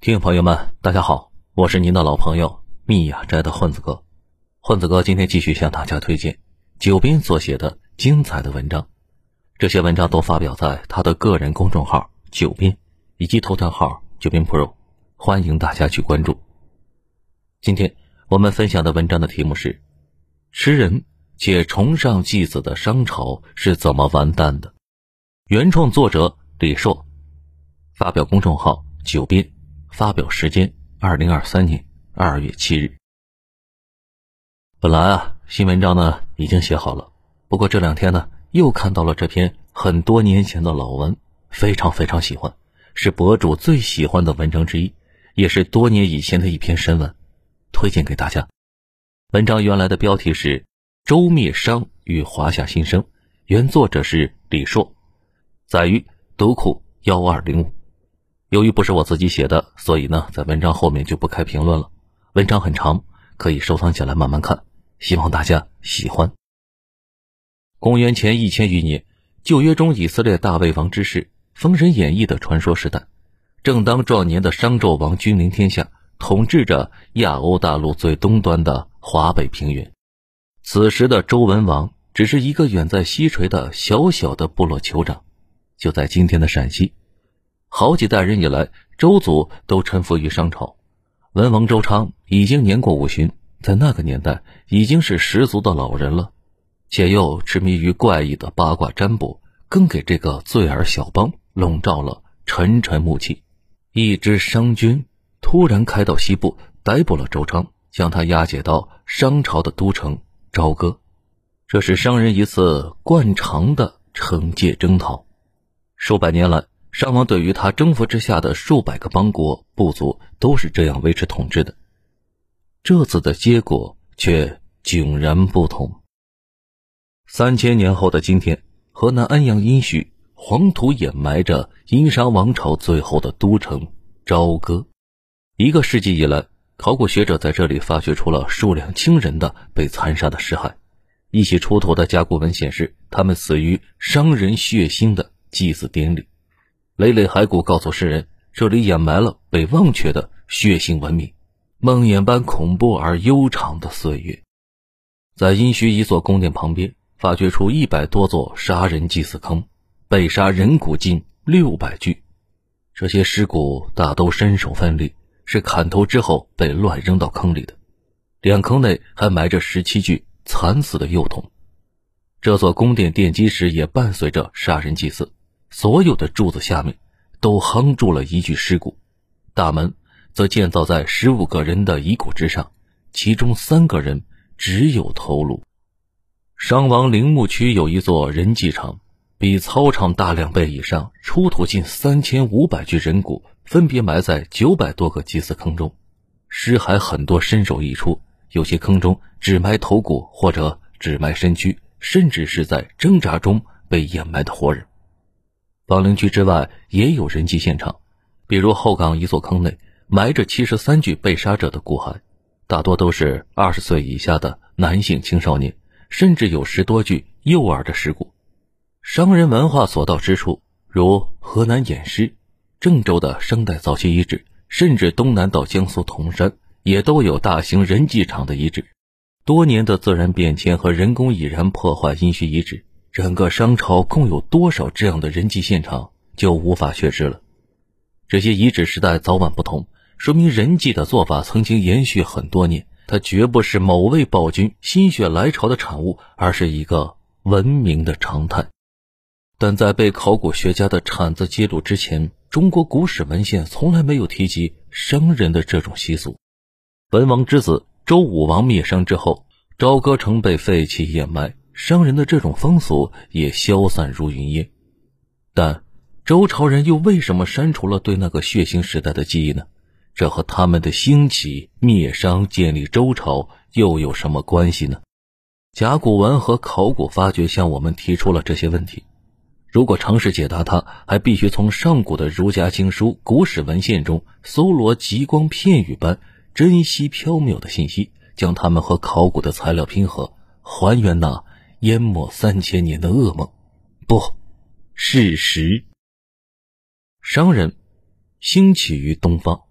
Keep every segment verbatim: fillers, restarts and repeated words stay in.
听众朋友们大家好，我是您的老朋友密雅斋的混子哥。混子哥今天继续向大家推荐九斌所写的精彩的文章，这些文章都发表在他的个人公众号九斌以及头条号九斌 Pro， 欢迎大家去关注。今天我们分享的文章的题目是吃人且崇尚祭祀的商朝是怎么完蛋的，原创作者李硕，发表公众号九斌，发表时间二零二三年二月七日。本来啊，新文章呢已经写好了，不过这两天呢又看到了这篇很多年前的老文，非常非常喜欢，是博主最喜欢的文章之一，也是多年以前的一篇深文，推荐给大家。文章原来的标题是周灭商与华夏新生，原作者是李硕，载于读库一二零五。由于不是我自己写的，所以呢在文章后面就不开评论了，文章很长，可以收藏起来慢慢看，希望大家喜欢。公元前一千余年，旧约中以色列大卫王之世，封神演义的传说时代，正当壮年的商纣王君临天下，统治着亚欧大陆最东端的华北平原。此时的周文王只是一个远在西陲的小小的部落酋长，就在今天的陕西。好几代人以来，周族都臣服于商朝。文王周昌已经年过五旬，在那个年代已经是十足的老人了，且又痴迷于怪异的八卦占卜，更给这个罪儿小邦笼罩了沉沉暮气。一支商军突然开到西部，逮捕了周昌，将他押解到商朝的都城朝歌。这是商人一次惯常的惩戒征讨。数百年来，商王对于他征服之下的数百个邦国部族都是这样维持统治的，这次的结果却迥然不同。三千年后的今天，河南安阳殷墟黄土掩埋着殷商王朝最后的都城朝歌。一个世纪以来，考古学者在这里发掘出了数量惊人的被残杀的尸骸，一起出土的甲骨文显示，他们死于商人血腥的祭祀典礼。累累骸骨告诉世人，这里掩埋了被忘却的血腥文明，梦魇般恐怖而悠长的岁月。在殷墟一座宫殿旁边，发掘出一百多座杀人祭祀坑，被杀人骨近六百具。这些尸骨大都身首分离，是砍头之后被乱扔到坑里的。两坑内还埋着十七具惨死的幼童。这座宫殿奠基时也伴随着杀人祭祀，所有的柱子下面都夯住了一具尸骨，大门则建造在十五个人的遗骨之上，其中三个人只有头颅。商王陵墓区有一座人祭场，比操场大两倍以上，出土近三千五百具人骨，分别埋在九百多个祭祀坑中，尸骸很多身首异处，有些坑中只埋头骨或者只埋身躯，甚至是在挣扎中被掩埋的活人。亡灵区之外也有人祭现场，比如后岗一座坑内埋着七十三具被杀者的骨骸，大多都是二十岁以下的男性青少年，甚至有十多具幼儿的尸骨。商人文化所到之处，如河南偃师、郑州的商代早期遗址，甚至东南到江苏铜山，也都有大型人祭场的遗址。多年的自然变迁和人工已然破坏殷墟遗址，整个商朝共有多少这样的人祭现场就无法确知了。这些遗址时代早晚不同，说明人祭的做法曾经延续很多年，它绝不是某位暴君心血来潮的产物，而是一个文明的常态。但在被考古学家的铲子揭露之前，中国古史文献从来没有提及商人的这种习俗。文王之子周武王灭商之后，朝歌城被废弃掩埋，商人的这种风俗也消散如云烟。但周朝人又为什么删除了对那个血腥时代的记忆呢？这和他们的兴起、灭商、建立周朝又有什么关系呢？甲骨文和考古发掘向我们提出了这些问题。如果尝试解答它，还必须从上古的儒家经书、古史文献中搜罗极光片羽般珍稀缥缈的信息，将它们和考古的材料拼合，还原那淹没三千年的噩梦。不，事实。商人兴起于东方，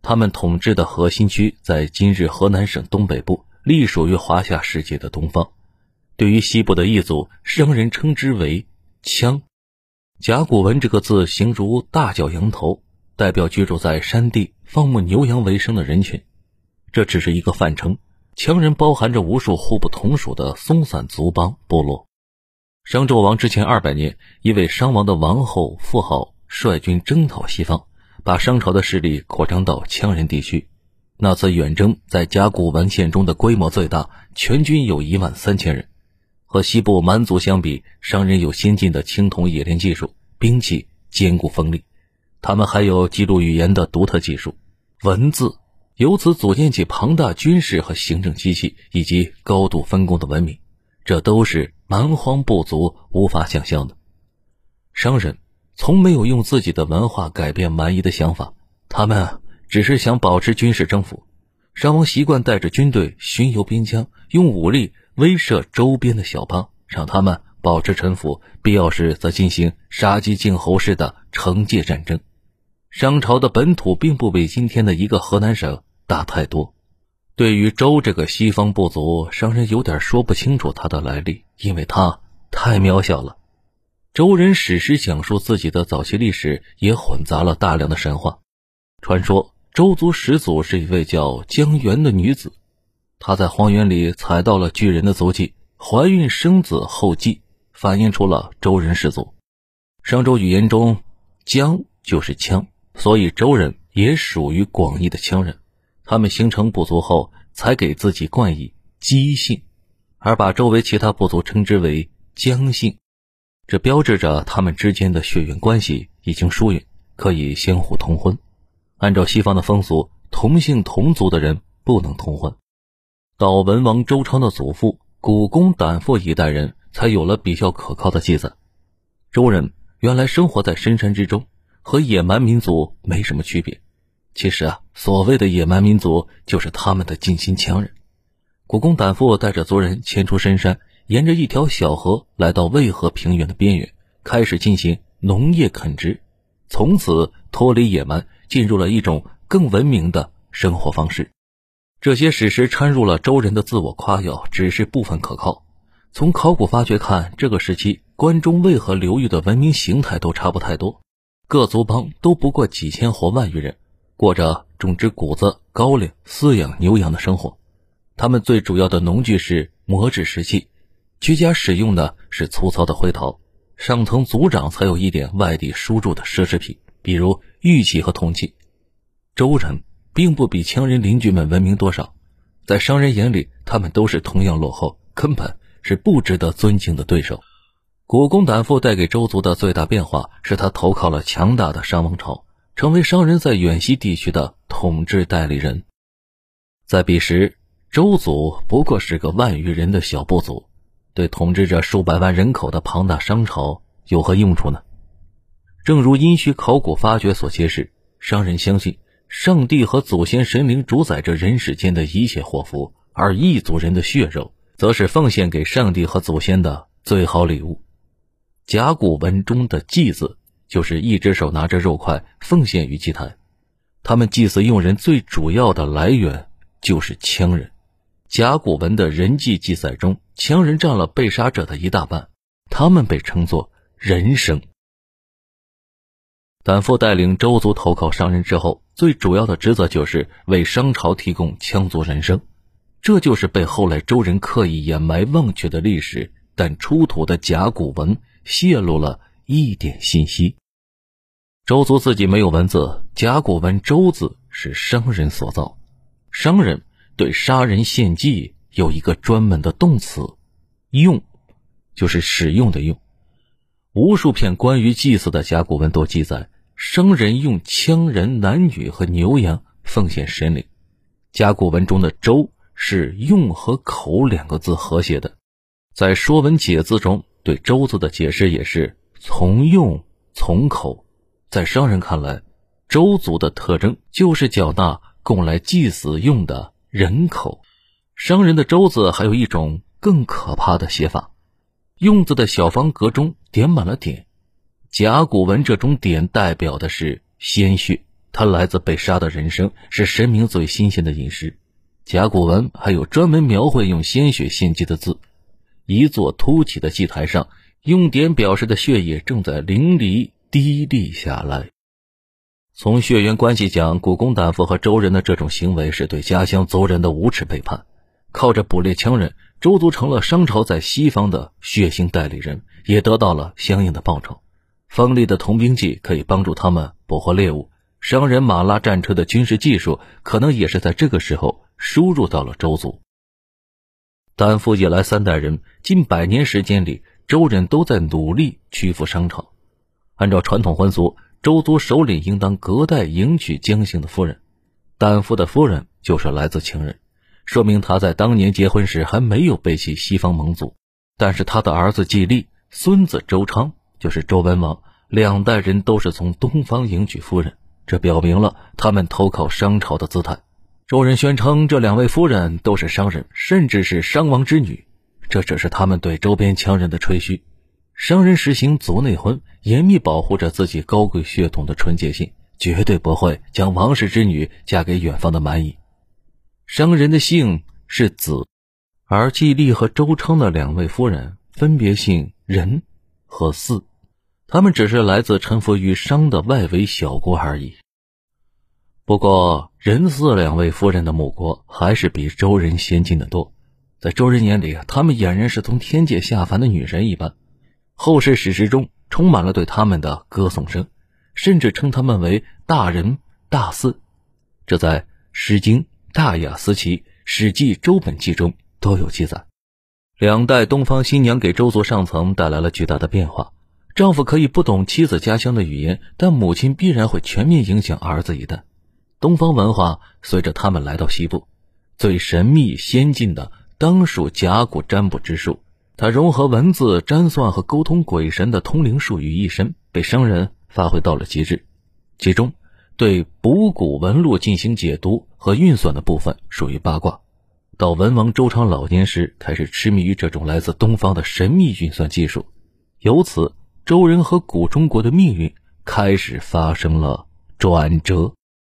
他们统治的核心区在今日河南省东北部，隶属于华夏世界的东方。对于西部的异族，商人称之为羌。甲骨文这个字形如大角羊头，代表居住在山地放牧牛羊为生的人群。这只是一个泛称，羌人包含着无数互不同属的松散族邦部落。商纣王之前二百年，一位商王的王后妇好率军征讨西方，把商朝的势力扩张到羌人地区。那次远征在甲骨文献中的规模最大，全军有一万三千人。和西部蛮族相比，商人有先进的青铜冶炼技术，兵器坚固锋利。他们还有记录语言的独特技术，文字，由此组建起庞大军事和行政机器，以及高度分工的文明。这都是蛮荒部族无法想象的。商人从没有用自己的文化改变蛮夷的想法，他们只是想保持军事征服。商王习惯带着军队巡游边疆，用武力威慑周边的小邦，让他们保持臣服，必要时则进行杀鸡儆猴式的惩戒战争。商朝的本土并不比今天的一个河南省大太多。对于周这个西方部族，商人有点说不清楚他的来历，因为他太渺小了。周人史诗讲述自己的早期历史，也混杂了大量的神话。传说周族始祖是一位叫姜原的女子，她在荒原里踩到了巨人的足迹，怀孕生子后继，反映出了周人始祖。商周语言中姜就是羌，所以周人也属于广义的羌人。他们形成部族后，才给自己冠以姬姓，而把周围其他部族称之为姜姓。这标志着他们之间的血缘关系已经疏远，可以相互通婚。按照西方的风俗，同姓同族的人不能通婚。到文王周昌的祖父古公胆父一代人，才有了比较可靠的记载。周人原来生活在深山之中，和野蛮民族没什么区别。其实啊，所谓的野蛮民族就是他们的近亲羌人。古公胆父带着族人迁出深山，沿着一条小河来到渭河平原的边缘，开始进行农业垦殖，从此脱离野蛮，进入了一种更文明的生活方式。这些史实掺入了周人的自我夸耀，只是部分可靠。从考古发掘看，这个时期关中渭河流域的文明形态都差不太多，各族邦都不过几千或万余人，过着种植谷子、高粱、饲养牛羊的生活。他们最主要的农具是磨制石器，居家使用的是粗糙的灰陶，上层族长才有一点外地输入的奢侈品，比如玉器和铜器。周人并不比羌人邻居们文明多少，在商人眼里，他们都是同样落后，根本是不值得尊敬的对手。古公胆父带给周族的最大变化是他投靠了强大的商王朝，成为商人在远西地区的统治代理人。在彼时，周族不过是个万余人的小部族，对统治着数百万人口的庞大商朝有何用处呢？正如殷墟考古发掘所揭示，商人相信上帝和祖先神灵主宰着人世间的一切祸福，而异族人的血肉则是奉献给上帝和祖先的最好礼物。甲骨文中的祭字就是一只手拿着肉块奉献于祭坛，他们祭祀用人最主要的来源就是羌人。甲骨文的人祭记载中，羌人占了被杀者的一大半，他们被称作人牲。胆父带领周族投靠商人之后，最主要的职责就是为商朝提供羌族人牲，这就是被后来周人刻意掩埋忘却的历史，但出土的甲骨文泄露了一点信息。周族自己没有文字，甲骨文周字是商人所造。商人对杀人献祭有一个专门的动词，用，就是使用的用。无数篇关于祭祀的甲骨文都记载，商人用羌人、男女和牛羊奉献神灵。甲骨文中的周是用和口两个字合写的。在说文解字中，对周字的解释也是从用从口。在商人看来，周族的特征就是缴纳供来祭祀用的人口。商人的周字还有一种更可怕的写法，用字的小方格中点满了点。甲骨文这种点代表的是鲜血， 他来自被杀的人生是神明最新鲜的饮食。甲骨文还有专门描绘用鲜血献祭的字，一座凸起的祭台上，用点表示的血液正在淋漓滴沥下来。从血缘关系讲，古公胆父和周人的这种行为是对家乡族人的无耻背叛。靠着捕猎羌人，周族成了商朝在西方的血腥代理人，也得到了相应的报酬。锋利的铜兵器可以帮助他们捕获猎物，商人马拉战车的军事技术可能也是在这个时候输入到了周族。胆父以来三代人近百年时间里，周人都在努力屈服商朝。按照传统婚俗，周族首领应当隔代迎娶姜姓的夫人，胆父的夫人就是来自秦人，说明他在当年结婚时还没有背弃西方蒙族。但是他的儿子季历、孙子周昌就是周文王，两代人都是从东方迎娶夫人，这表明了他们投靠商朝的姿态。周人宣称这两位夫人都是商人，甚至是商王之女，这只是他们对周边羌人的吹嘘。商人实行族内婚，严密保护着自己高贵血统的纯洁性，绝对不会将王室之女嫁给远方的蛮夷。商人的姓是子，而季历和周昌的两位夫人分别姓任和姒，他们只是来自臣服于商的外围小国而已。不过任姒两位夫人的母国还是比周人先进的多，在周人眼里，他们俨然是从天界下凡的女神一般。后世史实中充满了对他们的歌颂声，甚至称他们为大人、大姒，这在诗经、大雅思齐、史记、周本纪中都有记载。两代东方新娘给周族上层带来了巨大的变化，丈夫可以不懂妻子家乡的语言，但母亲必然会全面影响儿子一代。东方文化随着他们来到西部，最神秘先进的当属甲骨占卜之术，它融合文字、占算和沟通鬼神的通灵术于一身，被商人发挥到了极致。其中对卜骨纹路进行解读和运算的部分属于八卦。到文王周昌老年时，开始痴迷于这种来自东方的神秘运算技术，由此周人和古中国的命运开始发生了转折。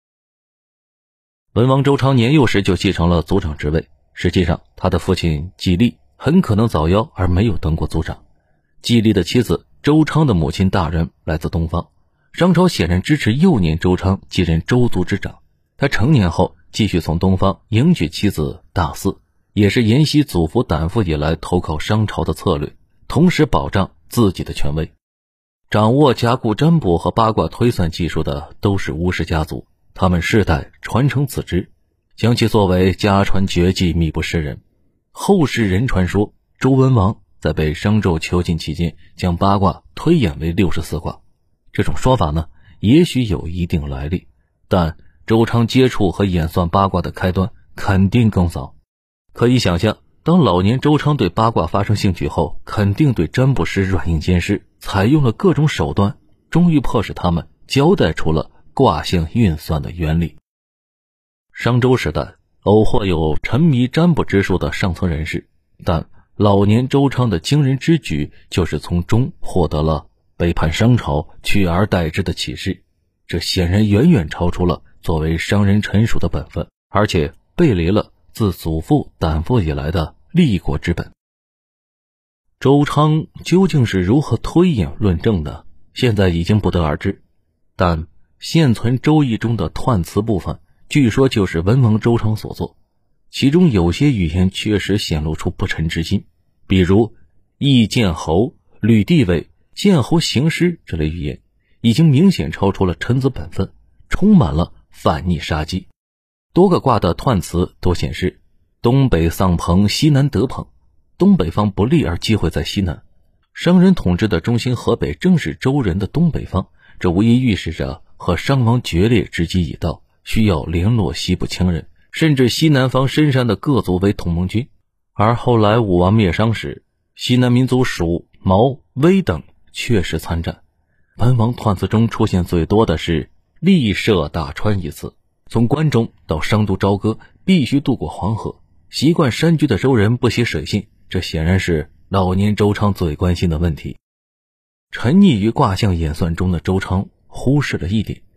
文王周昌年幼时就继承了族长之位，实际上他的父亲季历很可能早夭而没有当过族长。季历的妻子周昌的母亲大人来自东方，商朝显然支持幼年周昌继任周族之长。他成年后继续从东方迎娶妻子大姒，也是沿袭祖父胆父以来投靠商朝的策略，同时保障自己的权威。掌握甲骨占卜和八卦推算技术的都是巫氏家族，他们世代传承此之，将其作为家传绝技，秘不示人。后世人传说周文王在被商纣囚禁期间将八卦推演为六十四卦，这种说法呢也许有一定来历，但周昌接触和演算八卦的开端肯定更早。可以想象，当老年周昌对八卦发生兴趣后，肯定对占卜师软硬兼施，采用了各种手段，终于迫使他们交代出了卦象运算的原理。商周时代偶或有沉迷占卜之术的上层人士，但老年周昌的惊人之举就是从中获得了背叛商朝、取而代之的启示，这显然远远超出了作为商人臣属的本分，而且背离了自祖父胆父以来的立国之本。周昌究竟是如何推演论证的，现在已经不得而知，但现存周易中的彖辞部分据说就是文王周昌所作，其中有些语言确实显露出不臣之心，比如易见侯、履地位、见侯行师这类语言，已经明显超出了臣子本分，充满了反逆杀机。多个卦的彖辞都显示东北丧朋，西南得朋，东北方不利而机会在西南。商人统治的中兴河北正是周人的东北方，这无疑预示着和商王决裂之机已到，需要联络西部羌人，甚至西南方深山的各族为同盟军。而后来武王灭商时，西南民族蜀、毛、威等确实参战。文王彖辞中出现最多的是立涉大川一词，从关中到商都朝歌必须渡过黄河，习惯山居的周人不习水性，这显然是老年周昌最关心的问题。沉溺于卦象演算中的周昌忽视了一点，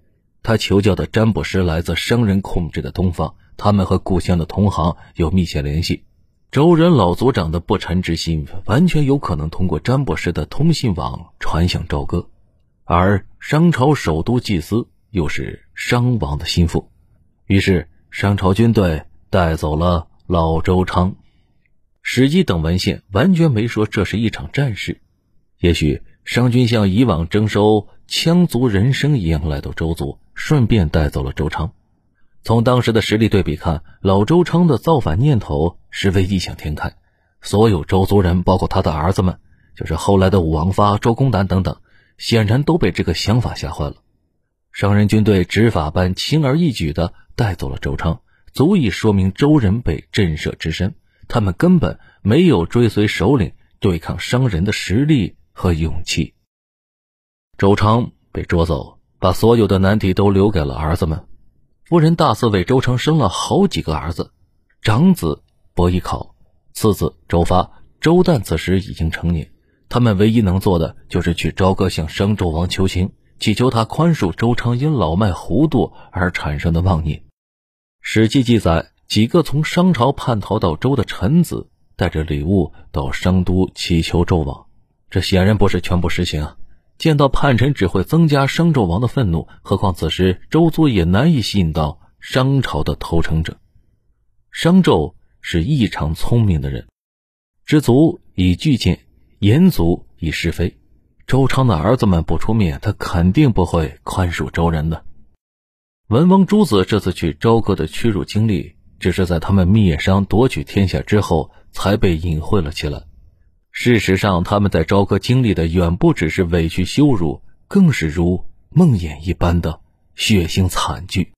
他求教的占卜师来自商人控制的东方，他们和故乡的同行有密切联系。周人老族长的不臣之心完全有可能通过占卜师的通信网传向朝歌，而商朝首都祭司又是商王的心腹，于是商朝军队带走了老周昌。史记等文献完全没说这是一场战事，也许商军像以往征收羌族人生一样来到周族，顺便带走了周昌。从当时的实力对比看，老周昌的造反念头实为异想天开，所有周族人包括他的儿子们，就是后来的武王发、周公旦等等，显然都被这个想法吓坏了。商人军队执法般轻而易举地带走了周昌，足以说明周人被震慑之深，他们根本没有追随首领对抗商人的实力和勇气。周昌被捉走，把所有的难题都留给了儿子们。夫人大肆为周昌生了好几个儿子，长子伯邑考，次子周发、周旦此时已经成年，他们唯一能做的就是去朝歌向商纣王求情，祈求他宽恕周昌因老迈糊涂而产生的妄念。史记记载，几个从商朝叛逃到周的臣子带着礼物到商都祈求纣王，这显然不是全部实行啊！见到叛臣只会增加商纣王的愤怒，何况此时周族也难以吸引到商朝的投诚者。商纣是异常聪明的人，知足以拒谏，言足以是非。周昌的儿子们不出面，他肯定不会宽恕周人的。文王诸子这次去朝歌的屈辱经历，只是在他们灭商夺取天下之后才被隐晦了起来。事实上，他们在朝歌经历的远不只是委屈羞辱，更是如梦魇一般的血腥惨剧。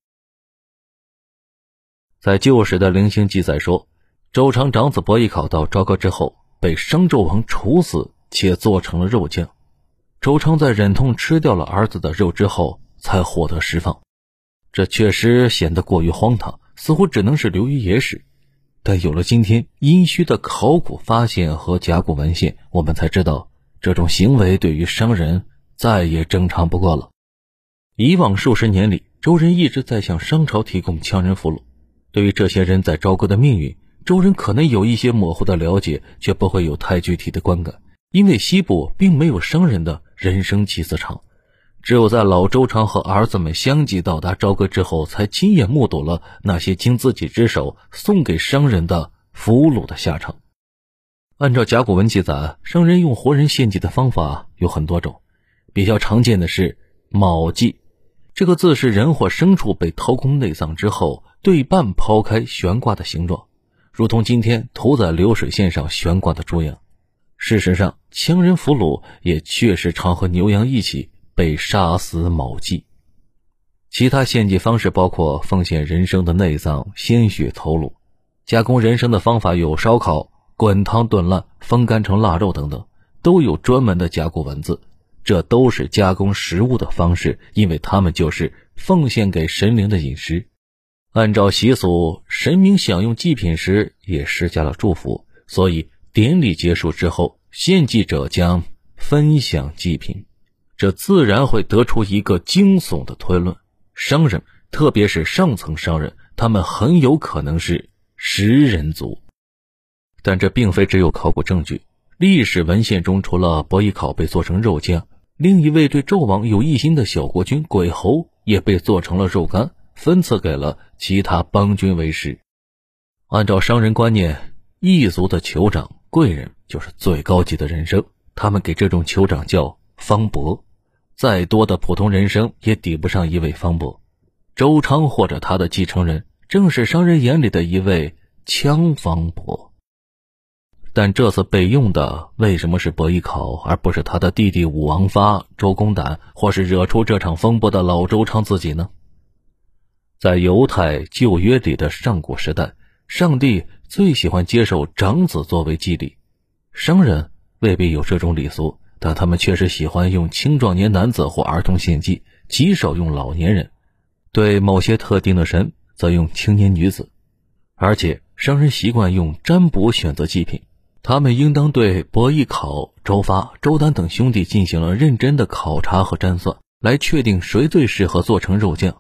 在旧时的零星记载说，周昌长子伯邑考到朝歌之后被商纣王处死，且做成了肉酱。周昌在忍痛吃掉了儿子的肉之后才获得释放，这确实显得过于荒唐，似乎只能是流于野史。但有了今天殷墟的考古发现和甲骨文献，我们才知道这种行为对于商人再也正常不过了。以往数十年里，周人一直在向商朝提供羌人俘虏，对于这些人在朝歌的命运，周人可能有一些模糊的了解，却不会有太具体的观感，因为西部并没有商人的人生祭祀场，只有在老周昌和儿子们相继到达朝歌之后，才亲眼目睹了那些经自己之手送给商人的俘虏的下场。按照甲骨文记载，商人用活人献祭的方法有很多种，比较常见的是卯祭，这个字是人或牲畜被掏空内脏之后对半抛开悬挂的形状，如同今天涂在流水线上悬挂的猪羊。事实上，羌人俘虏也确实常和牛羊一起被杀死卯祭。其他献祭方式包括奉献人生的内脏、鲜血、头颅，加工人生的方法有烧烤、滚汤炖烂、风干成腊肉等等，都有专门的甲骨文字。这都是加工食物的方式，因为它们就是奉献给神灵的饮食。按照习俗，神明享用祭品时也施加了祝福，所以典礼结束之后，献祭者将分享祭品。这自然会得出一个惊悚的推论：商人，特别是上层商人，他们很有可能是食人族。但这并非只有考古证据，历史文献中除了伯邑考被做成肉酱，另一位对纣王有异心的小国君鬼侯也被做成了肉干，分赐给了其他邦军为食。按照商人观念，异族的酋长、贵人就是最高级的人生，他们给这种酋长叫方伯，再多的普通人生也抵不上一位方伯。周昌或者他的继承人正是商人眼里的一位羌方伯。但这次被用的为什么是伯邑考，而不是他的弟弟武王发、周公旦，或是惹出这场风波的老周昌自己呢？在犹太旧约里的上古时代，上帝最喜欢接受长子作为祭礼。商人未必有这种礼俗，但他们确实喜欢用青壮年男子或儿童献祭，极少用老年人。对某些特定的神，则用青年女子。而且商人习惯用占卜选择祭品，他们应当对伯邑考、周发、周旦等兄弟进行了认真的考察和占算，来确定谁最适合做成肉酱。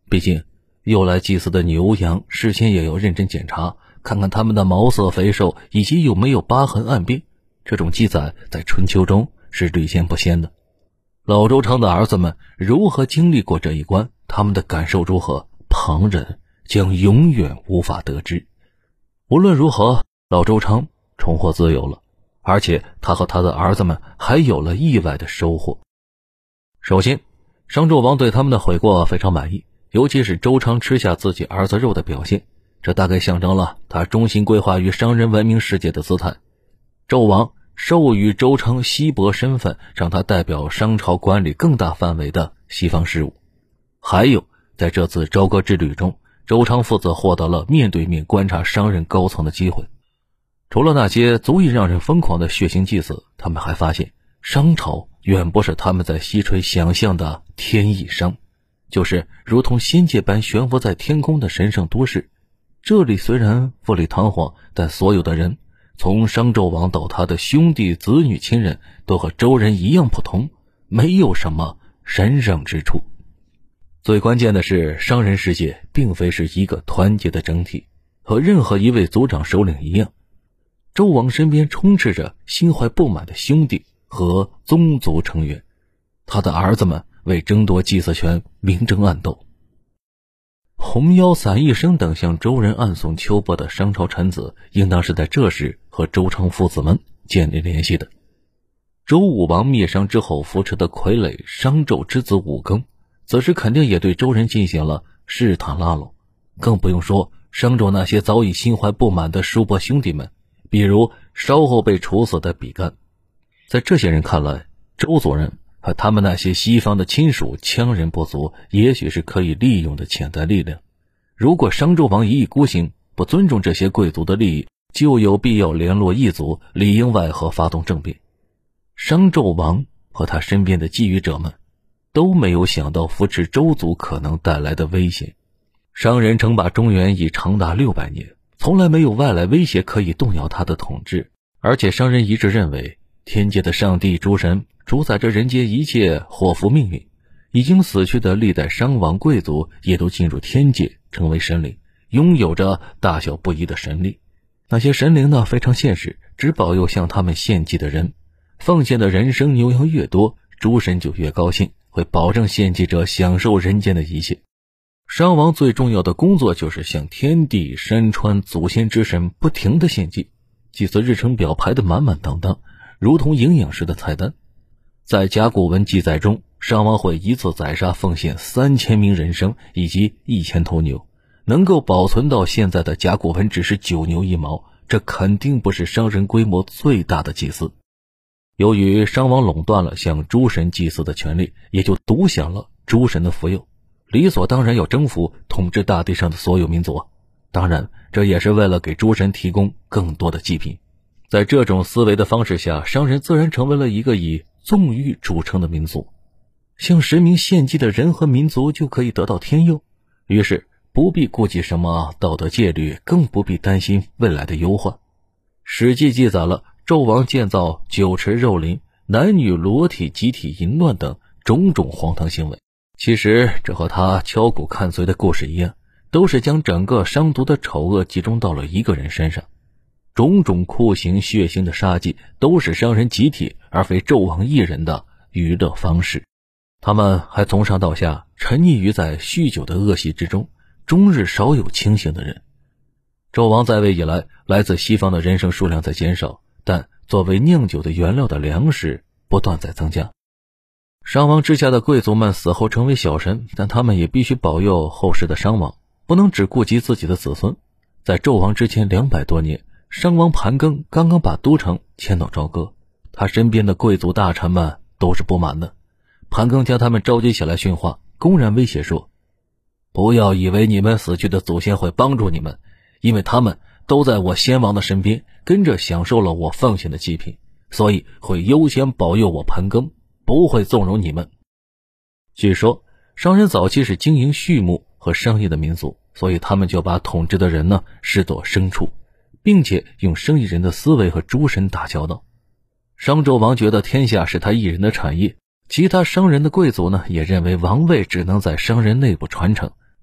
毕竟又来祭祀的牛羊事先也要认真检查，看看他们的毛色肥瘦以及有没有疤痕暗病，这种记载在春秋中是屡见不鲜的。老周昌的儿子们如何经历过这一关，他们的感受如何，旁人将永远无法得知。无论如何，老周昌重获自由了，而且他和他的儿子们还有了意外的收获。首先，商纣王对他们的悔过非常满意，尤其是周昌吃下自己儿子肉的表现，这大概象征了他忠心规划于商人文明世界的姿态。纣王授予周昌西伯身份，让他代表商朝管理更大范围的西方事务。还有，在这次朝歌之旅中，周昌负责获得了面对面观察商人高层的机会。除了那些足以让人疯狂的血腥祭祀，他们还发现商朝远不是他们在西陲想象的天意商，就是如同仙界般悬浮在天空的神圣都市。这里虽然富丽堂皇，但所有的人，从商纣王到他的兄弟子女亲人，都和周人一样普通，没有什么神圣之处。最关键的是，商人世界并非是一个团结的整体，和任何一位族长首领一样，周王身边充斥着心怀不满的兄弟和宗族成员，他的儿子们为争夺祭祀权明争暗斗。红腰、散一生等向周人暗送秋波的商朝臣子，应当是在这时和周昌父子们建立联系的。周武王灭商之后扶持的傀儡商纣之子武庚，此时肯定也对周人进行了试探拉拢，更不用说商纣那些早已心怀不满的叔伯兄弟们，比如稍后被处死的比干。在这些人看来，周族人和他们那些西方的亲属羌人部族也许是可以利用的潜在力量。如果商纣王一意孤行，不尊重这些贵族的利益，就有必要联络异族，里应外合发动政变。商纣王和他身边的觊觎者们都没有想到扶持周族可能带来的危险。商人称霸中原已长达六百年，从来没有外来威胁可以动摇他的统治，而且商人一致认为天界的上帝诸神主宰着人间一切祸福命运，已经死去的历代商王贵族也都进入天界成为神灵，拥有着大小不一的神力。那些神灵呢，非常现实，只保佑向他们献祭的人，奉献的人生牛羊越多，诸神就越高兴，会保证献祭者享受人间的一切。商王最重要的工作就是向天地山川祖先之神不停地献祭，祭祀日程表排得满满当当，如同营养师的菜单。在甲骨文记载中，商王会一次宰杀奉献三千名人牲以及一千头牛，能够保存到现在的甲骨文只是九牛一毛，这肯定不是商人规模最大的祭祀。由于商王垄断了向诸神祭祀的权利，也就独享了诸神的福佑，理所当然要征服统治大地上的所有民族。当然，这也是为了给诸神提供更多的祭品。在这种思维的方式下，商人自然成为了一个以纵欲著称的民族。向神明献祭的人和民族就可以得到天佑，于是不必顾及什么道德戒律，更不必担心未来的忧患。史记记载了纣王建造酒池肉林、男女裸体集体淫乱等种种荒唐行为。其实这和他敲鼓看隋的故事一样，都是将整个商族的丑恶集中到了一个人身上。种种酷刑血腥的杀技都是商人集体而非纣王一人的娱乐方式。他们还从上到下沉溺于在酗酒的恶习之中，终日少有清醒的人。纣王在位以来，来自西方的人牲数量在减少，但作为酿酒的原料的粮食不断在增加。商王之下的贵族们死后成为小神，但他们也必须保佑后世的商王，不能只顾及自己的子孙。在纣王之前两百多年，商王盘庚刚刚把都城迁到朝歌，他身边的贵族大臣们都是不满的。盘庚将他们召集起来训话，公然威胁说，不要以为你们死去的祖先会帮助你们，因为他们都在我先王的身边，跟着享受了我奉献的祭品，所以会优先保佑我盘庚，不会纵容你们。据说商人早期是经营畜牧和商业的民族，所以他们就把统治的人呢视作牲畜，并且用生意人的思维和诸神打交道。商纣王觉得天下是他一人的产业，其他商人的贵族呢也认为王位只能在商人内部传承，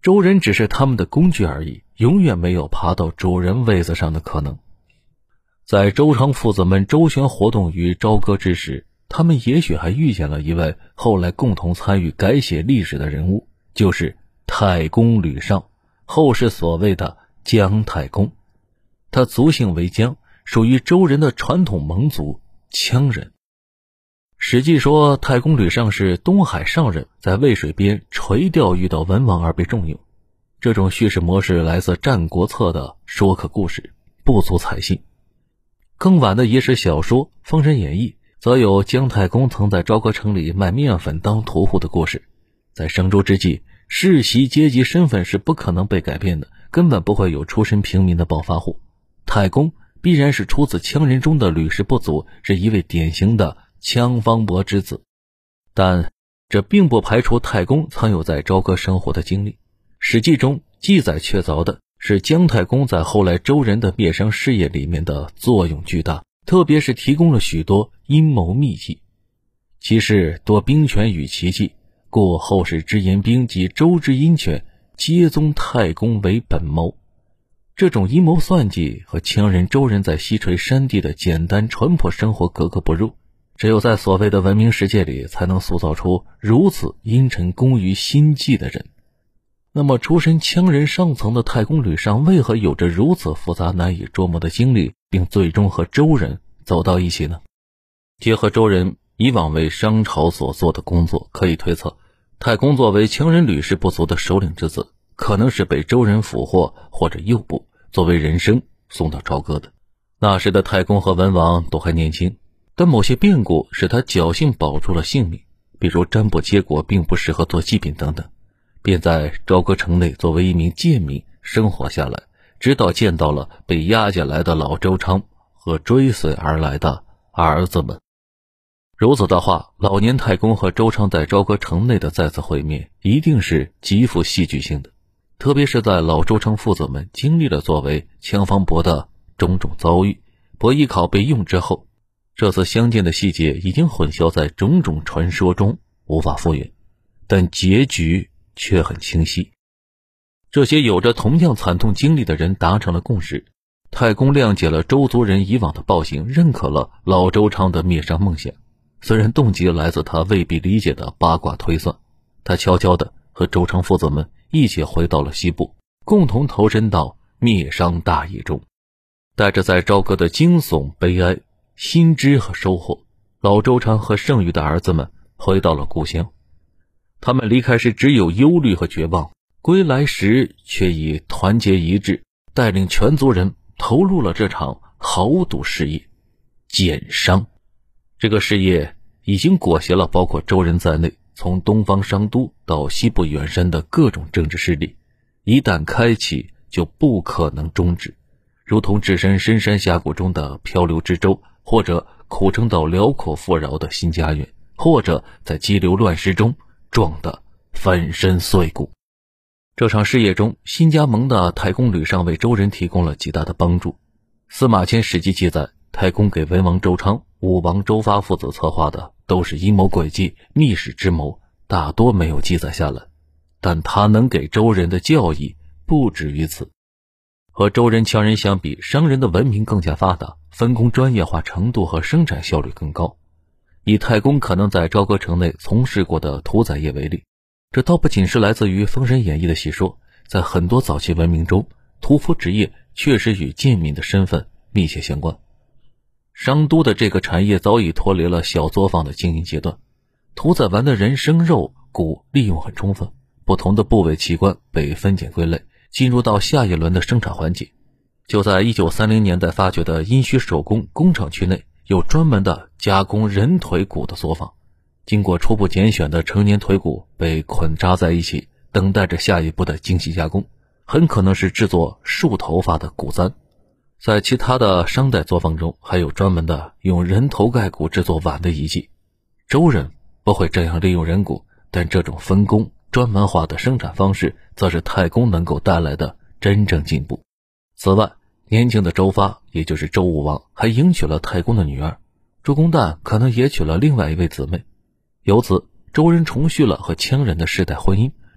周人只是他们的工具而已，永远没有爬到主人位子上的可能。在周昌父子们周旋活动于朝歌之时，他们也许还遇见了一位后来共同参与改写历史的人物，就是太公吕尚，后世所谓的姜太公。他族姓为姜，属于周人的传统蒙族羌人。史记说太公吕尚是东海上人，在渭水边垂钓遇到文王而被重用。这种叙事模式来自《战国策》的说客故事，不足采信。更晚的野史小说《封神演义》则有姜太公曾在朝歌城里卖面粉当屠户的故事。在商周之际，世袭阶级身份是不可能被改变的，根本不会有出身平民的暴发户。太公必然是出自羌人中的吕氏部族，是一位典型的羌方伯之子。但这并不排除太公曾有在朝歌生活的经历。史记中记载确凿的是姜太公在后来周人的灭商事业里面的作用巨大，特别是提供了许多阴谋秘籍。其事多兵权与奇迹，故后世之言兵及周之阴权皆宗太公为本谋。这种阴谋算计和羌人周人在西陲山地的简单淳朴生活格格不入，只有在所谓的文明世界里才能塑造出如此阴沉工于心计的人。那么出身羌人上层的太公吕尚为何有着如此复杂难以捉摸的经历，并最终和周人走到一起呢？结合周人以往为商朝所做的工作，可以推测太公作为羌人吕氏部族的首领之子，可能是被周人俘获或者诱捕，作为人参送到朝歌的。那时的太公和文王都还年轻，但某些变故使他侥幸保住了性命，比如占卜结果并不适合做祭品等等，便在朝歌城内作为一名贱民生活下来，直到见到了被押解来的老周昌和追随而来的儿子们。如此的话，老年太公和周昌在朝歌城内的再次会面一定是极富戏剧性的，特别是在老周昌父子们经历了作为羌方伯的种种遭遇，伯邑考被用之后，这次相见的细节已经混淆在种种传说中，无法复原，但结局却很清晰。这些有着同样惨痛经历的人达成了共识，太公谅解了周族人以往的暴行，认可了老周昌的灭商梦想。虽然动机来自他未必理解的八卦推算，他悄悄地和周昌父子们一起回到了西部，共同投身到灭商大业中。带着在朝歌的惊悚、悲哀、心知和收获，老周昌和剩余的儿子们回到了故乡。他们离开时只有忧虑和绝望，归来时却以团结一致，带领全族人投入了这场豪赌事业——减商。这个事业已经裹挟了包括周人在内，从东方商都到西部远山的各种政治势力，一旦开启就不可能终止，如同置身深山峡谷中的漂流之舟，或者苦撑到辽阔富饶的新家园，或者在激流乱石中撞得粉身碎骨。这场事业中，新加盟的太公吕尚为周人提供了极大的帮助。司马迁史记记载，太公给文王周昌、武王周发父子策划的都是阴谋诡计、密室之谋，大多没有记载下来，但他能给周人的教义不止于此。和周人羌人相比，商人的文明更加发达，分工专业化程度和生产效率更高。以太公可能在朝歌城内从事过的屠宰业为例，这倒不仅是来自于《封神演义》的戏说，在很多早期文明中，屠夫职业确实与贱民的身份密切相关。商都的这个产业早已脱离了小作坊的经营阶段，屠宰完的人生肉骨利用很充分，不同的部位器官被分拣归类，进入到下一轮的生产环节。就在一九三零年代发掘的殷墟手工工厂区内，有专门的加工人腿骨的作坊，经过初步拣选的成年腿骨被捆扎在一起，等待着下一步的精细加工，很可能是制作树头发的骨簪。在其他的商代作坊中，还有专门的用人头盖骨制作碗的遗迹。周人不会这样利用人骨，但这种分工专门化的生产方式则是太公能够带来的真正进步。此外，年轻的周发，也就是周武王，还迎娶了太公的女儿，周公旦可能也娶了另外一位姊妹。由此，周人重续了和羌人的世代婚姻，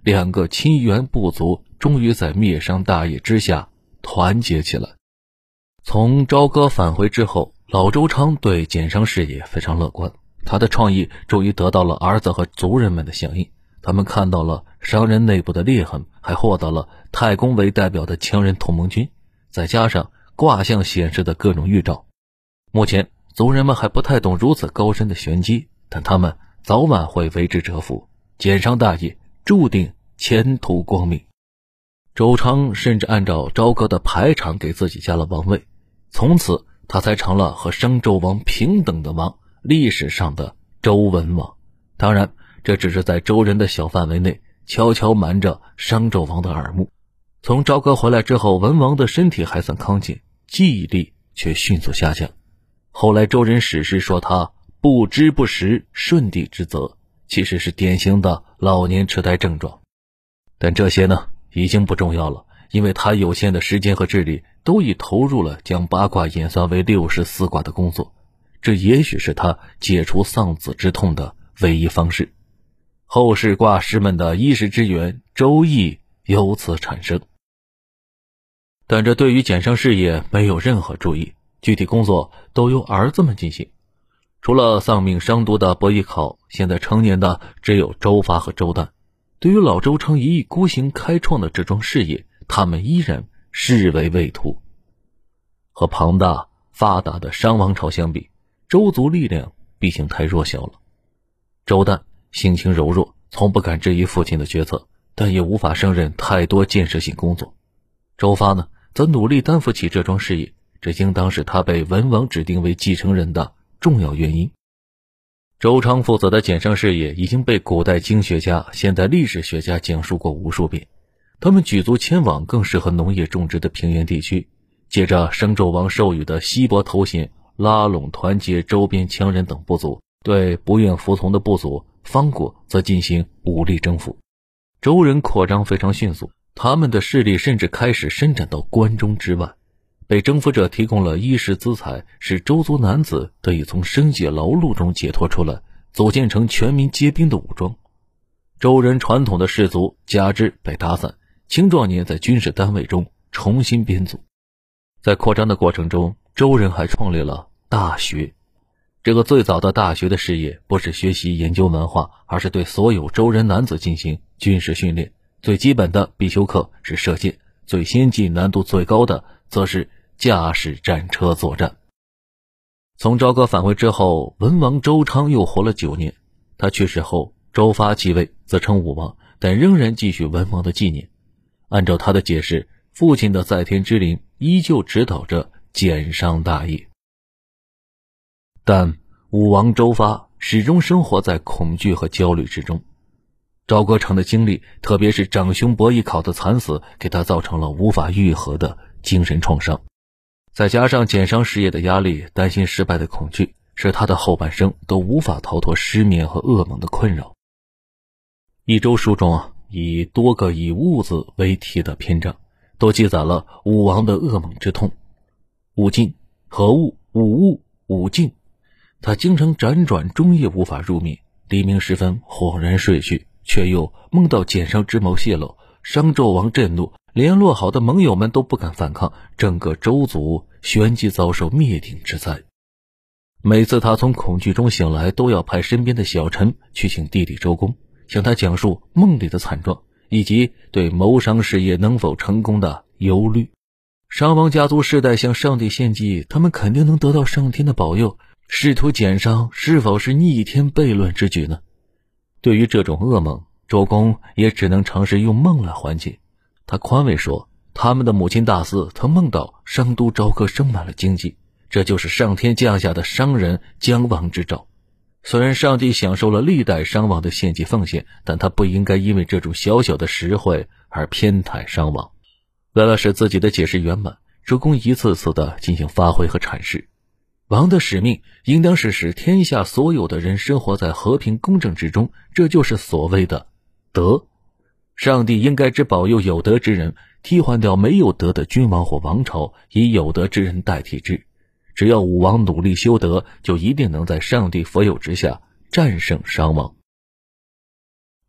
两个亲缘部族终于在灭商大业之下团结起来。从朝歌返回之后，老周昌对减商事业非常乐观，他的创意终于得到了儿子和族人们的响应，他们看到了商人内部的裂痕，还获得了太公为代表的强人同盟军，再加上卦象显示的各种预兆。目前族人们还不太懂如此高深的玄机，但他们早晚会为之折服，减商大业注定前途光明。周昌甚至按照朝歌的排场给自己加了王位，从此他才成了和商纣王平等的王，历史上的周文王。当然这只是在周人的小范围内悄悄瞒着商纣王的耳目。从朝歌回来之后，文王的身体还算康健，记忆力却迅速下降。后来周人史诗说他不知不识舜帝之责，其实是典型的老年痴呆症状。但这些呢已经不重要了，因为他有限的时间和智力都已投入了将八卦演算为六十四卦的工作，这也许是他解除丧子之痛的唯一方式。后世卦师们的衣食之源周易由此产生。但这对于减商事业没有任何注意，具体工作都由儿子们进行。除了丧命商都的伯邑考，现在成年的只有周发和周旦。对于老周昌一意孤行开创的这桩事业，他们依然视为畏途。和庞大发达的商王朝相比，周族力量毕竟太弱小了。周旦性情柔弱，从不敢质疑父亲的决策，但也无法胜任太多建设性工作。周发呢，则努力担负起这桩事业，这应当是他被文王指定为继承人的重要原因。周昌负责的减商事业已经被古代经学家、现代历史学家讲述过无数遍，他们举族迁往更适合农业种植的平原地区，借着商纣王授予的西伯头衔，拉拢团结周边羌人等部族，对不愿服从的部族方国则进行武力征服。周人扩张非常迅速，他们的势力甚至开始伸展到关中之外，被征服者提供了衣食资财，使周族男子得以从生计劳碌中解脱出来，组建成全民皆兵的武装。周人传统的氏族家制被打散，青壮年在军事单位中重新编组。在扩张的过程中，周人还创立了大学。这个最早的大学的事业不是学习研究文化，而是对所有周人男子进行军事训练。最基本的必修课是射箭，最先进难度最高的则是驾驶战车作战。从朝歌返回之后，文王周昌又活了九年。他去世后，周发继位，自称武王，但仍然继续文王的纪念。按照他的解释，父亲的在天之灵依旧指导着减商大业。但武王周发始终生活在恐惧和焦虑之中。赵国成的经历，特别是长兄伯邑考的惨死，给他造成了无法愈合的精神创伤。再加上减商事业的压力，担心失败的恐惧，使他的后半生都无法逃脱失眠和噩梦的困扰。一周书中啊，以多个以物字为题的篇章，都记载了武王的噩梦之痛。武尽，何物？武物，武尽。他经常辗转终夜无法入眠，黎明时分恍然睡去，却又梦到减商之谋泄露，商纣王震怒，联络好的盟友们都不敢反抗，整个周族旋即遭受灭顶之灾。每次他从恐惧中醒来，都要派身边的小臣去请弟弟周公，向他讲述梦里的惨状，以及对谋商事业能否成功的忧虑。商王家族世代向上帝献祭，他们肯定能得到上天的保佑，试图减商是否是逆天悖论之举呢？对于这种噩梦，周公也只能尝试用梦来缓解。他宽慰说，他们的母亲大司曾梦到商都朝歌生满了荆棘，这就是上天降下的商人将亡之兆。虽然上帝享受了历代商王的献祭奉献，但他不应该因为这种小小的实惠而偏袒商王。为了使自己的解释圆满，周公一次次地进行发挥和阐释。王的使命应当是使天下所有的人生活在和平公正之中，这就是所谓的德。上帝应该只保佑有德之人，替换掉没有德的君王或王朝，以有德之人代替之。只要武王努力修德，就一定能在上帝佛佑之下战胜商王。